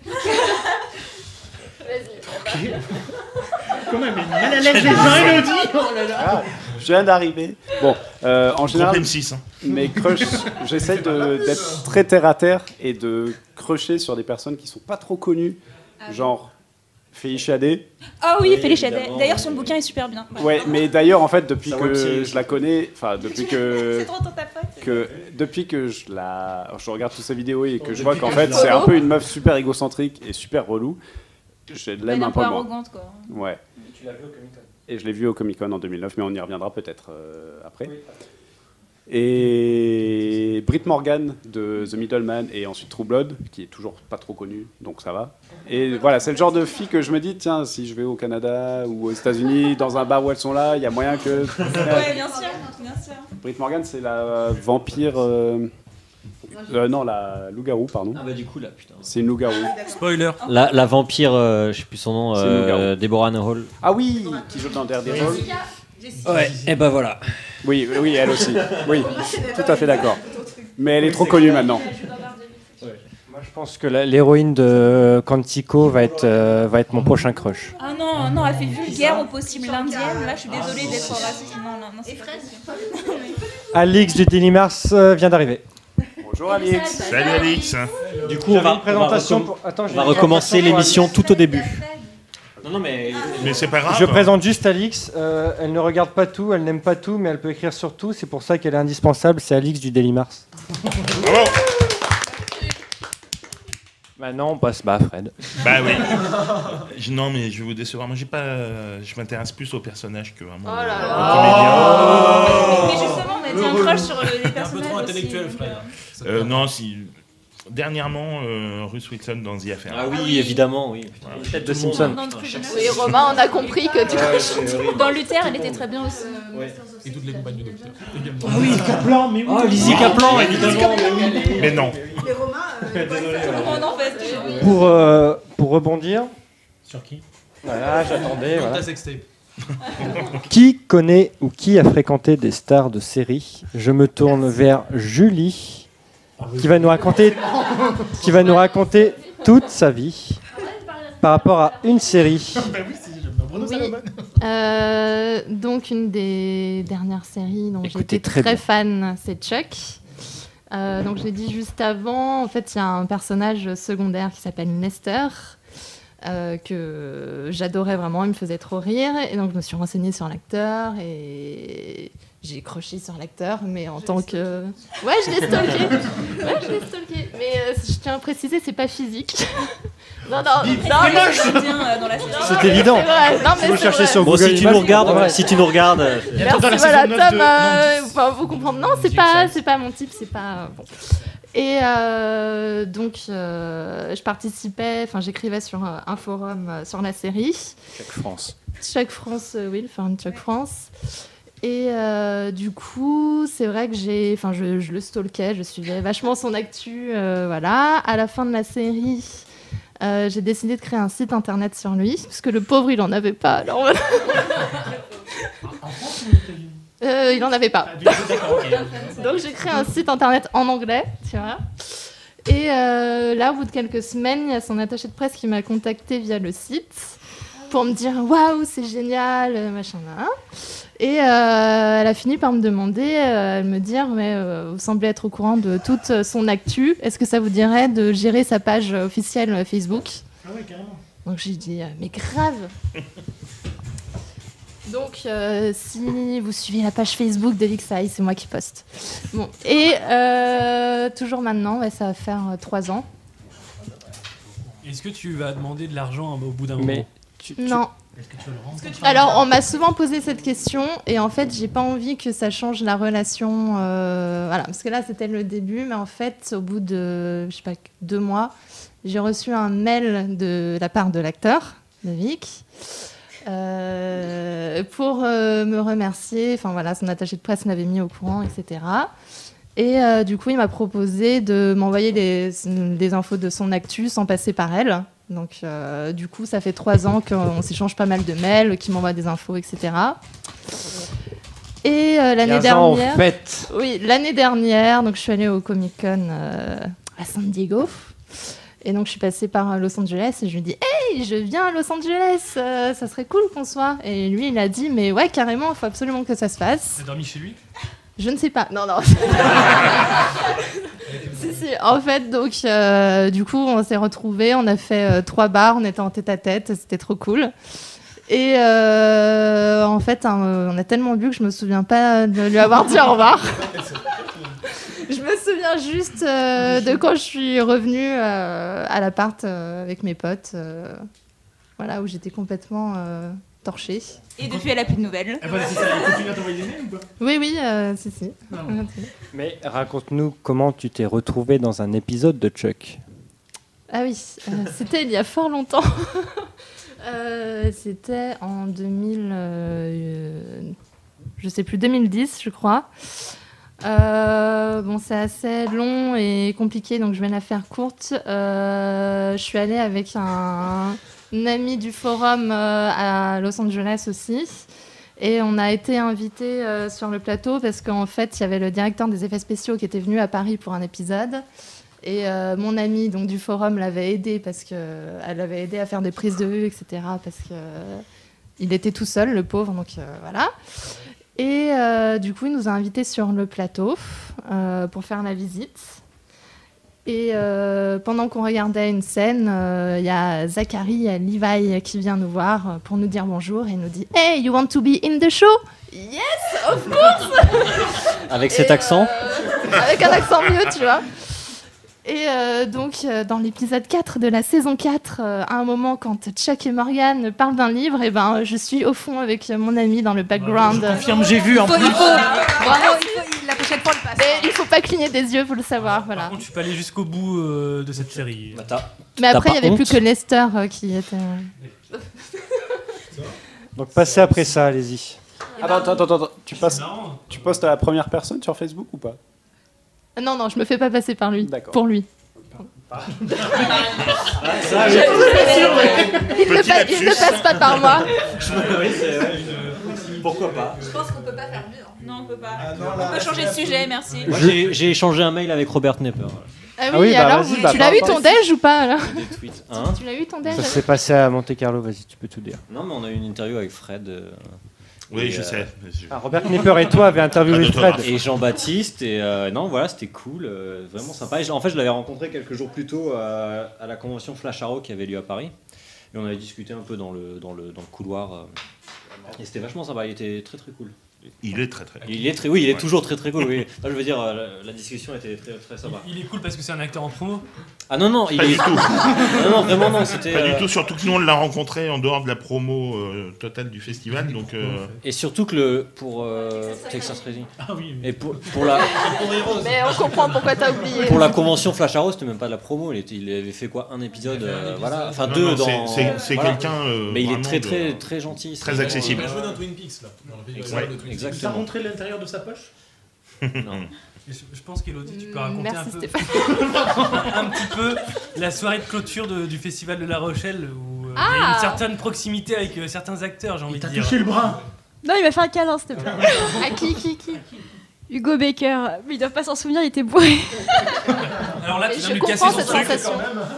Quand même, mal à l'aise les gens, Elodie. Oh là là. Ah, je viens d'arriver. Bon, en général, M6, hein. mes crushs, j'essaie d'être très terre à terre et de crusher sur des personnes qui sont pas trop connues, genre Félicité. Ah oui, Oui, Félicité. évidemment. D'ailleurs, son bouquin est super bien. Ouais, mais d'ailleurs, en fait, depuis Sa que web-série je la connais, enfin, depuis C'est trop ton ta pote. depuis que je regarde toutes ses vidéos et que je vois qu'en fait, c'est un peu une meuf super égocentrique et super relou, je Elle l'aime est un un peu peu moins. arrogante, quoi. Ouais. Tu l'as vu au Comic-Con. Et je l'ai vu au Comic-Con en 2009, mais on y reviendra peut-être après. Et Britt Morgan de The Middleman et ensuite True Blood, qui est toujours pas trop connue, donc ça va. Et voilà, c'est le genre de fille que je me dis, tiens, si je vais au Canada ou aux États-Unis, dans un bar où elles sont là, il y a moyen que. Ouais, bien sûr, bien sûr. Britt Morgan, c'est la vampire. Non, la loup-garou, pardon. Ah bah du coup là, putain. C'est une loup-garou. Spoiler. La vampire, je sais plus son nom, C'est une loup-garou. Deborah Hall. Ah oui, qui joue dans Daredevil. Ouais, et ben voilà. Oui, oui, elle aussi. Oui, tout à fait d'accord. Mais elle est trop connue maintenant. Moi, je pense que l'héroïne de Quantico va être mon prochain crush. Ah non, non, elle fait vulgaire au possible l'indienne. Là, je suis désolée d'être raciste. Non, non, non. Et Fred. Alix du Daily Mars vient d'arriver. Bonjour Alix. Salut Alix. Du coup, on va recommencer l'émission tout au début. Non, non, mais c'est pas grave. Je présente juste Alix. Elle ne regarde pas tout, elle n'aime pas tout, mais elle peut écrire sur tout. C'est pour ça qu'elle est indispensable. C'est Alix du Daily Mars. Bravo. Maintenant, on passe à Fred. Bah oui. Non, mais je vais vous décevoir. Moi, je m'intéresse plus aux personnages que vraiment Mais justement, on a dit un crush sur les personnages. Un peu trop intellectuel, frère. Non, si. Dernièrement, Russ Wilson dans The Affair. Ah oui, évidemment, oui. Putain, une tête de Simpson. Oui, Romain, on a compris que tu crushes. Dans Luther, elle était très bien aussi. Ouais. Et toutes les compagnes du docteur. Ah oui, Kaplan, mais oui. Oh, Lizzie Kaplan, évidemment. Mais non. Les Romains, On en fait. Pour rebondir. Sur qui? Voilà, j'attendais. Comme Voilà. ta sextape. Qui connaît ou qui a fréquenté des stars de série? Je me tourne vers Julie, qui va nous raconter toute sa vie par rapport à une série. Oui. Donc une des dernières séries dont Écoutez, j'étais très très bien. fan, c'est Chuck. Donc je l'ai dit juste avant, en fait il y a un personnage secondaire qui s'appelle Nestor, que j'adorais vraiment, il me faisait trop rire, et donc je me suis renseignée sur l'acteur et j'ai croché sur l'acteur, mais en tant que... Ouais, je l'ai stalké. Mais je tiens à préciser, c'est pas physique. Non. C'est évident. C'est vrai. Non, mais Vous c'est cherchez vrai. sur Bon, Google si tu Images, nous regardes, ouais. si tu nous regardes. Merci, voilà, Tom, enfin, vous comprendre. Non, c'est pas mon type, c'est pas... Bon. Et donc, je participais, enfin, j'écrivais sur un forum sur la série. Chuck France, oui, le forum Chuck France. Et du coup, c'est vrai que je le stalkais, je suivais vachement son actu, voilà. À la fin de la série, j'ai décidé de créer un site internet sur lui, parce que le pauvre, il en avait pas. Alors voilà. Il en avait pas. Donc j'ai créé un site internet en anglais, tu vois. Et là, au bout de quelques semaines, il y a son attaché de presse qui m'a contacté via le site pour me dire waouh, c'est génial, machin là. Et elle a fini par me demander, elle me dire mais vous semblez être au courant de toute son actu. Est-ce que ça vous dirait de gérer sa page officielle Facebook? Ah ouais, carrément. Donc j'ai dit mais grave. Donc, si vous suivez la page Facebook de Vixai, c'est moi qui poste. Bon. Et toujours maintenant, ouais, ça va faire 3 ans. Est-ce que tu vas demander de l'argent au bout d'un moment? Non. Alors, on m'a souvent posé cette question, et en fait, j'ai pas envie que ça change la relation. Voilà, parce que là, c'était le début, mais en fait, au bout de, je sais pas, 2 mois, j'ai reçu un mail de la part de l'acteur, de Vic. Pour me remercier, enfin voilà, son attaché de presse m'avait mis au courant, etc. Et du coup, il m'a proposé de m'envoyer des infos de son actu sans passer par elle. Donc, du coup, ça fait 3 ans qu'on s'échange pas mal de mails, qu'il m'envoie des infos, etc. Et l'année dernière, oui, l'année dernière, donc je suis allée au Comic-Con à San Diego. Et donc, je suis passée par Los Angeles et je lui ai dit « Hey, je viens à Los Angeles, ça serait cool qu'on soit. » Et lui, il a dit « Mais ouais, carrément, il faut absolument que ça se fasse. » T'as dormi chez lui? Je ne sais pas. Non. si. En fait, donc, du coup, on s'est retrouvés, on a fait 3 bars, on était en tête-à-tête, c'était trop cool. Et en fait, on a tellement bu que je me souviens pas de lui avoir dit au revoir. Je me souviens juste de quand je suis revenue à l'appart avec mes potes, voilà, où j'étais complètement torchée. Et depuis, elle a plus de nouvelles. Ah, voilà, c'est ça. Elle continue à t'envoyer des mails ou pas? Oui, si. Mais raconte-nous comment tu t'es retrouvé dans un épisode de Chuck. Ah oui, c'était il y a fort longtemps. C'était en 2010, je crois. Bon, c'est assez long et compliqué, donc je vais la faire courte. Je suis allée avec un ami du forum à Los Angeles aussi. Et on a été invités sur le plateau parce qu'en fait, il y avait le directeur des effets spéciaux qui était venu à Paris pour un épisode. Et mon amie donc, du forum l'avait aidé parce qu'elle l'avait aidé à faire des prises de vue, etc. Parce qu'il était tout seul, le pauvre, donc voilà. Et du coup, il nous a invités sur le plateau pour faire la visite. Et pendant qu'on regardait une scène, il y a Zachary et Levi qui vient nous voir pour nous dire bonjour et nous dit « Hey, you want to be in the show ?» Yes, of course. Avec cet accent Avec un accent mieux, tu vois. Et donc, dans l'épisode 4 de la saison 4, à un moment, quand Chuck et Morgan parlent d'un livre, et ben, je suis au fond avec mon ami dans le background. Je confirme, j'ai vu en plus. Bravo, la prochaine fois, le passe. Mais il faut pas cligner des yeux, faut le savoir. Voilà. Par contre, je suis pas allé jusqu'au bout de cette série. Mais après, il n'y avait plus que Lester qui était... Donc passez après ça, allez-y. Attends. Tu postes à la première personne sur Facebook ou pas? Non, je me fais pas passer par lui. D'accord. Pour lui. Il ne passe pas par moi. Pourquoi pas? Je pense qu'on peut pas faire mieux. Non, on peut pas. On peut changer de sujet, merci. Moi, j'ai échangé un mail avec Robert Knepper. Ah oui, alors, tu l'as eu ton déj ou pas là? Des tweets. Tu l'as eu ton déj? Ça s'est passé à Monte Carlo, vas-y, tu peux tout dire. Non, mais on a eu une interview avec Fred. Oui, je sais. Robert Knepper et toi avez interviewé Fred. Et Jean-Baptiste, et non, voilà, c'était cool, vraiment sympa. Et en fait, je l'avais rencontré quelques jours plus tôt à la convention Flash Arrow qui avait lieu à Paris. Et on avait discuté un peu dans le couloir. Et c'était vachement sympa, il était très très cool. Il est très très cool. Il est toujours très très cool, oui. Là, je veux dire, la discussion était très très sympa. Il est cool parce que c'est un acteur en promo? Ah non, Pas du tout. Non, vraiment non, c'était... Pas du tout, surtout que nous on l'a rencontré en dehors de la promo totale du festival, donc... Et surtout que pour Texas Racing... Ah oui. Et pour la... Mais on comprend pourquoi t'as oublié. Pour la convention Flash Arrow, c'était même pas de la promo, il avait fait quoi, un épisode, voilà, enfin deux dans... C'est voilà. quelqu'un... Mais il est très gentil. Très accessible. Il a joué dans Twin Peaks, là. Dans le festival de Twin Peaks. Exactement. Ça montrait l'intérieur de sa poche? Non. Je pense qu'Elodie, tu peux raconter Merci, un petit peu la soirée de clôture du Festival de La Rochelle où il y a une certaine proximité avec certains acteurs, j'ai envie de dire. T'as touché le bras? Non, il m'a fait un câlin, s'il te plaît. À qui Hugo Baker. Mais ils doivent pas s'en souvenir, il était bourré. Alors là, tu viens de lui casser comprends son cette truc. sensation.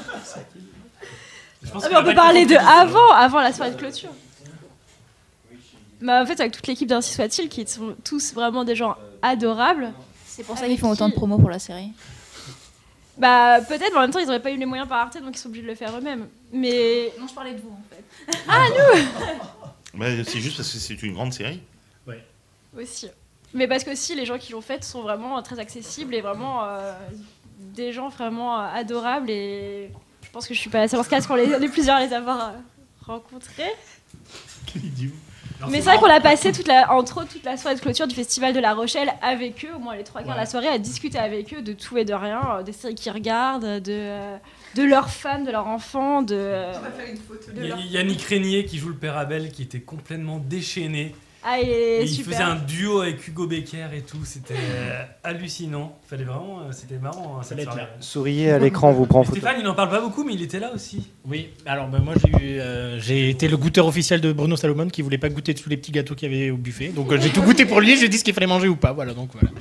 Mais on peut parler de avant la soirée de clôture. Bah, en fait, avec toute l'équipe d'Ainsi Soit-il, qui sont tous vraiment des gens adorables. C'est pour ça qu'ils font autant de promos pour la série. Bah, peut-être, mais en même temps, ils n'auraient pas eu les moyens par Arte, donc ils sont obligés de le faire eux-mêmes. Mais. Non, je parlais de vous en fait. Ah, nous Bah, c'est juste parce que c'est une grande série. Ouais. Aussi. Mais parce que aussi, les gens qui l'ont faite sont vraiment très accessibles et vraiment des gens vraiment adorables. Et je pense que je suis pas assez dans ce cas qu'on est plusieurs à les avoir rencontrés. Quel idiot. Mais c'est vrai qu'on a passé entre autres toute la soirée de clôture du Festival de La Rochelle avec eux, au moins les 3 quarts de la soirée, à discuter avec eux de tout et de rien, des séries qu'ils regardent, de leurs fans, de leurs enfants, Il y a Yannick Régnier qui joue le père Abel qui était complètement déchaîné. Ah, Et il super. faisait un duo avec Hugo Becker et tout, c'était hallucinant. Fallait vraiment, c'était marrant hein, cette soirée. Souriez à l'écran, vous prend photo. Stéphane, il n'en parle pas beaucoup, mais il était là aussi. Oui, alors moi j'ai été le goûteur officiel de Bruno Salomon qui voulait pas goûter tous les petits gâteaux qu'il y avait au buffet. Donc j'ai tout goûté pour lui, j'ai dit ce qu'il fallait manger ou pas. Voilà, donc voilà.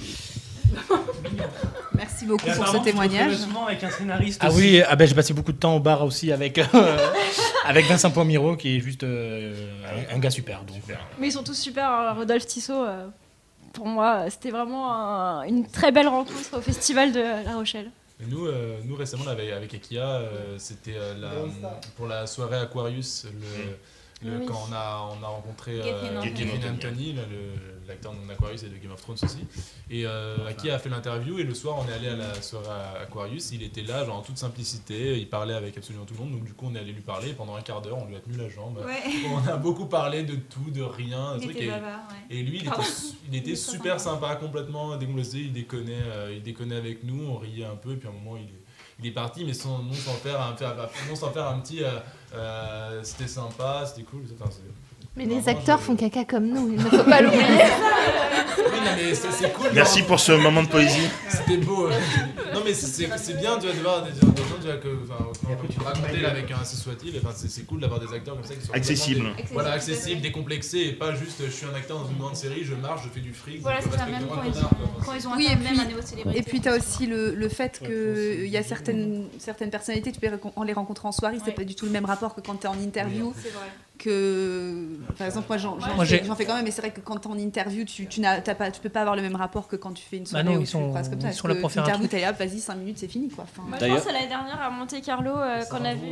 Merci beaucoup pour ce témoignage. Souvent avec un scénariste. Ah aussi. oui, j'ai passé beaucoup de temps au bar aussi avec Vincent Poimiro qui est juste un gars super. Donc, voilà. Mais ils sont tous super, hein. Rodolphe Tissot, pour moi, c'était vraiment une très belle rencontre au Festival de La Rochelle. Et nous récemment, là, avec Akia, c'était pour la soirée Aquarius, quand on a rencontré Kevin Anthony, l'acteur d'Aquarius et de Game of Thrones aussi. Et Akia a fait l'interview et le soir, on est allé à la soirée Aquarius. Il était là, genre en toute simplicité, il parlait avec absolument tout le monde. Donc du coup, on est allé lui parler. Pendant un quart d'heure, on lui a tenu la jambe. Ouais. On a beaucoup parlé de tout, de rien. Et lui, il était super sympa, complètement décomplexé. Il déconnait avec nous, on riait un peu. Et puis à un moment, il est parti, mais sans faire un petit c'était sympa, c'était cool. Mais les acteurs font caca comme nous, il ne faut pas l'oublier. Oui, non, mais c'est cool. Merci pour ce moment de poésie. C'était beau. Non, mais c'est bien de voir des gens que tu racontais avec un ce soit-il. Enfin, c'est cool d'avoir des acteurs comme ça qui sont accessibles. Voilà, accessibles, décomplexés et pas juste je suis un acteur dans une grande série, je marche, je fais du fric. Voilà, c'est ça, même quand ils ont oui, atteint même un niveau de célébrité. Et puis tu as aussi le fait qu'il y a certaines personnalités, tu peux en les rencontrer en soirée, c'est pas du tout le même rapport que quand tu es en interview. C'est vrai. Par exemple, moi j'en fais quand même, mais c'est vrai que quand tu es en interview, tu peux pas avoir le même rapport que quand tu fais une soirée où tu phrases comme ça. Ils sont là pour faire un truc. T'es là, vas-y, 5 minutes, c'est fini quoi. Moi je pense à l'année dernière à Monte Carlo qu'on a vu.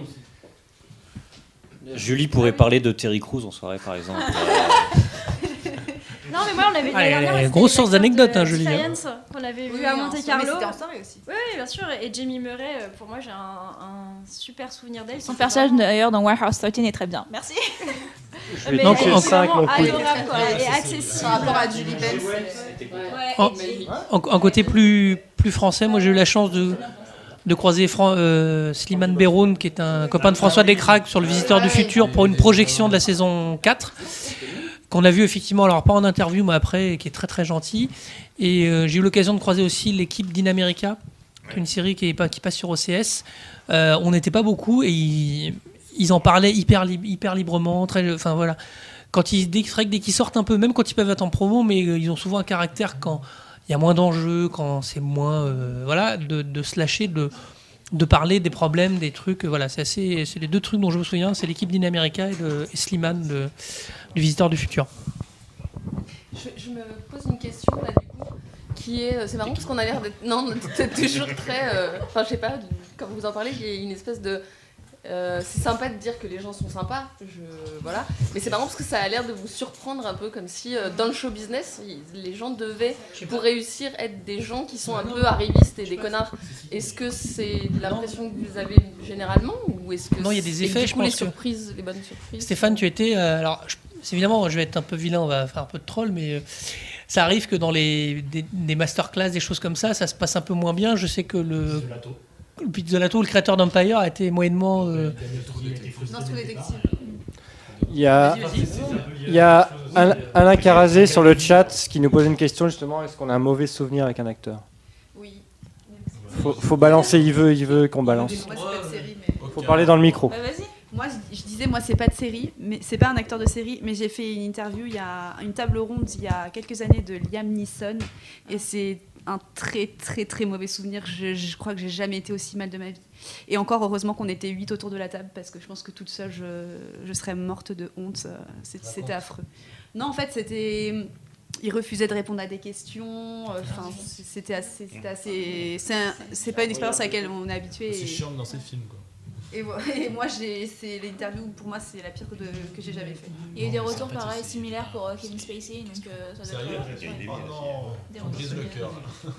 Julie pourrait parler de Terry Crews en soirée par exemple. Non, mais moi on avait grosse source d'anecdotes, Julie. Science qu'on avait vu à Monte Carlo. Mais c'était en soirée aussi. Oui, bien sûr. Et Jamie Murray, pour moi, j'ai un super souvenir d'elle. Son personnage d'ailleurs dans Warehouse 13 est très bien. Merci. Je vais donc en 5 mon couille. Et accessible par rapport à Julie Benz. En côté plus français, moi j'ai eu la chance de croiser Slimane Beroun, qui est un copain de François Descraques sur Le Visiteur du Futur pour une projection de la saison 4. Qu'on a vu effectivement, alors pas en interview, mais après, qui est très très gentil. Et j'ai eu l'occasion de croiser aussi l'équipe d'Inamerica, qui est une série qui passe sur OCS. On n'était pas beaucoup et ils en parlaient hyper librement. Enfin voilà. Dès qu'ils sortent un peu, même quand ils peuvent être en promo, mais ils ont souvent un caractère quand il y a moins d'enjeux, quand c'est moins. Voilà, de se lâcher, de parler des problèmes, des trucs. Voilà, c'est les deux trucs dont je me souviens, c'est l'équipe d'Inamerica et Slimane du Visiteur du Futur. Je me pose une question là du coup, qui est, c'est marrant parce qu'on a l'air d'être toujours très, enfin je sais pas, quand vous en parlez, il y a une espèce de, c'est sympa de dire que les gens sont sympas, voilà, mais c'est marrant parce que ça a l'air de vous surprendre un peu comme si dans le show business, les gens devaient, pour réussir, être des gens qui sont un peu arrivistes et des connards. Est-ce que c'est l'impression que vous avez généralement ou est-ce que non, il y a des effets, je pense. Les bonnes surprises. Stéphane, tu étais, alors évidemment, je vais être un peu vilain, on va faire un peu de troll, mais ça arrive que dans des masterclass, des choses comme ça se passe un peu moins bien. Je sais que le Pizzolato, le créateur d'Empire, a été moyennement. Il y a Alain Carazé sur le chat qui nous pose une question justement, est-ce qu'on a un mauvais souvenir avec un acteur? Oui. Faut balancer, il veut qu'on balance. Moi, c'est pas de série, mais... Faut parler dans le micro. Vas-y. Moi, je disais, moi, c'est pas de série, mais c'est pas un acteur de série, mais j'ai fait une interview, il y a une table ronde il y a quelques années de Liam Neeson, et c'est un très très très mauvais souvenir. Je crois que j'ai jamais été aussi mal de ma vie. Et encore heureusement qu'on était 8 autour de la table, parce que je pense que toute seule, je serais morte de honte. C'était affreux. Non, en fait, c'était... Il refusait de répondre à des questions. Enfin, c'était assez. C'est pas une expérience à laquelle on est habitué. C'est chiant dans ces films, quoi. Et moi, c'est l'interview, pour moi, c'est la pire que j'ai jamais fait. Il y a eu des retours pareils, similaires pour Kevin Spacey, donc ça doit être... Oh non, brise le cœur.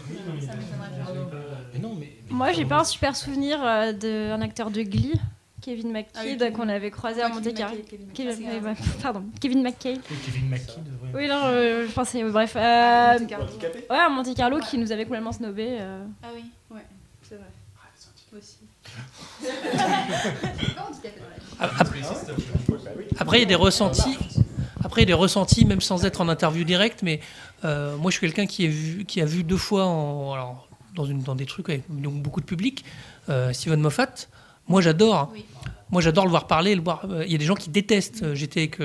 Moi, j'ai pas un super souvenir d'un acteur de Glee, Kevin McKidd, qu'on avait croisé à Monte Carlo. Kevin McKay. Kevin McKidd, oui, non, je pensais, bref. Ouais, à Monte Carlo, qui nous avait complètement snobé. Ah oui, ouais, c'est vrai. Aussi. Après, il y a des ressentis. Après, il y a des ressentis, même sans être en interview directe. Mais moi, je suis quelqu'un qui a vu 2 fois dans des trucs avec donc, beaucoup de public. Steven Moffat. Moi, j'adore. Oui. Moi, j'adore le voir parler. Il y a des gens qui détestent. J'étais avec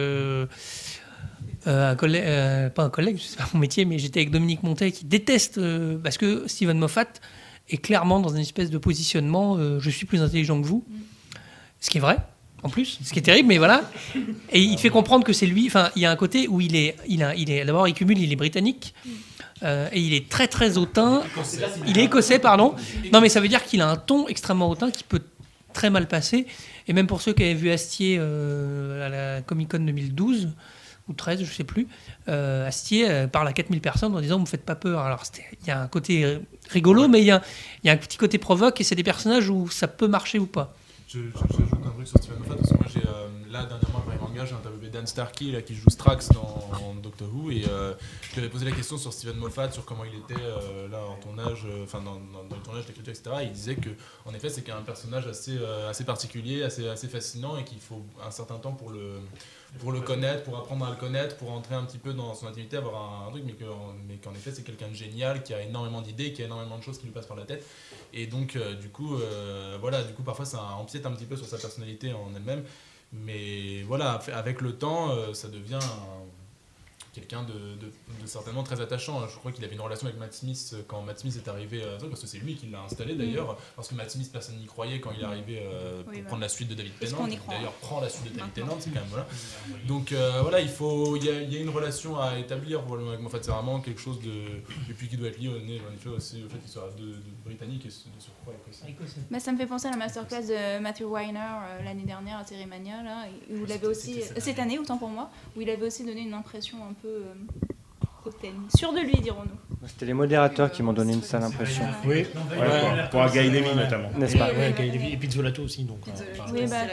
un collègue, pas un collègue, c'est pas mon métier, mais j'étais avec Dominique Montet qui déteste parce que Steven Moffat est clairement dans une espèce de positionnement je suis plus intelligent que vous, ce qui est vrai en plus, ce qui est terrible, mais voilà. Et il te fait comprendre que c'est lui. Enfin, il y a un côté où il est d'abord il est britannique, Et il est très très hautain. Il est écossais, pardon. Non, mais ça veut dire qu'il a un ton extrêmement hautain qui peut très mal passer. Et même pour ceux qui avaient vu Astier à la Comic-Con 2012 ou 13, je sais plus, Astier parle à 4000 personnes en disant « vous me faites pas peur ». Alors il y a un côté rigolo, mais il y a un petit côté provoque et c'est des personnages où ça peut marcher ou pas. J'ajoute un truc sur Steven Moffat parce que moi là dernièrement avec my manga j'ai interviewé Dan Starkey là, qui joue Strax dans Doctor Who et je lui avais posé la question sur Steven Moffat, sur comment il était là en tournage, enfin dans le tournage d'écriture, etc. Et il disait que en effet c'est qu'un personnage assez particulier, assez fascinant et qu'il faut un certain temps pour le connaître, pour apprendre à le connaître, pour entrer un petit peu dans son intimité, avoir un truc, mais qu'en effet c'est quelqu'un de génial, qui a énormément d'idées, qui a énormément de choses qui lui passent par la tête. Et donc du coup parfois ça empiète un petit peu sur sa personnalité en elle-même. Mais voilà, avec le temps, ça devient quelqu'un de certainement très attachant. Je crois qu'il avait une relation avec Matt Smith quand Matt Smith est arrivé, parce que c'est lui qui l'a installé d'ailleurs, parce que Matt Smith, personne n'y croyait quand il est arrivé pour prendre la suite de David Tennant. D'ailleurs, prend la suite de David Tennant, c'est quand même voilà. Donc voilà, il y a une relation à établir avec Moffat, c'est vraiment quelque chose et puis qui doit être lié en effet aussi au fait qu'il soit de britannique et de surcroît écossais. Bah, ça me fait penser à la masterclass de Matthew Weiner l'année dernière à Sérémania, là, où il avait aussi, cette année, autant pour moi, où il avait aussi donné une impression un peu hautaine. Sûr de lui, dirons-nous. C'était les modérateurs qui m'ont donné une sale impression. Oui, pour Guy Levy notamment. N'est-ce pas? Ouais, Guy Levy et Pizzolato aussi. Donc, oui, voilà.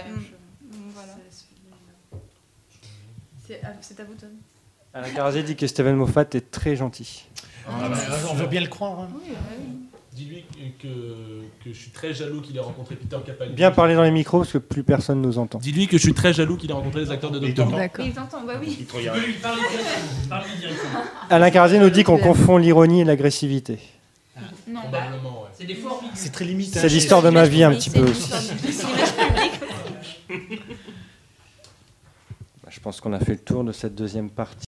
C'est à vous, Tom. Alain Garazé dit que Steven Moffat est très gentil. On veut bien le croire. Hein. Oui. Dis-lui que je suis très jaloux qu'il ait rencontré Peter Capaldi. Bien parler dans les micros parce que plus personne nous entend. Dis-lui que je suis très jaloux qu'il ait rencontré les acteurs de Doctor Who. D'accord. Ils entendent, bah oui. Alain Garazé nous dit qu'on confond l'ironie et l'agressivité. Non, probablement, ouais. C'est des formes. C'est très limite. C'est l'histoire de ma vie un petit peu aussi. Je pense qu'on a fait le tour de cette deuxième partie.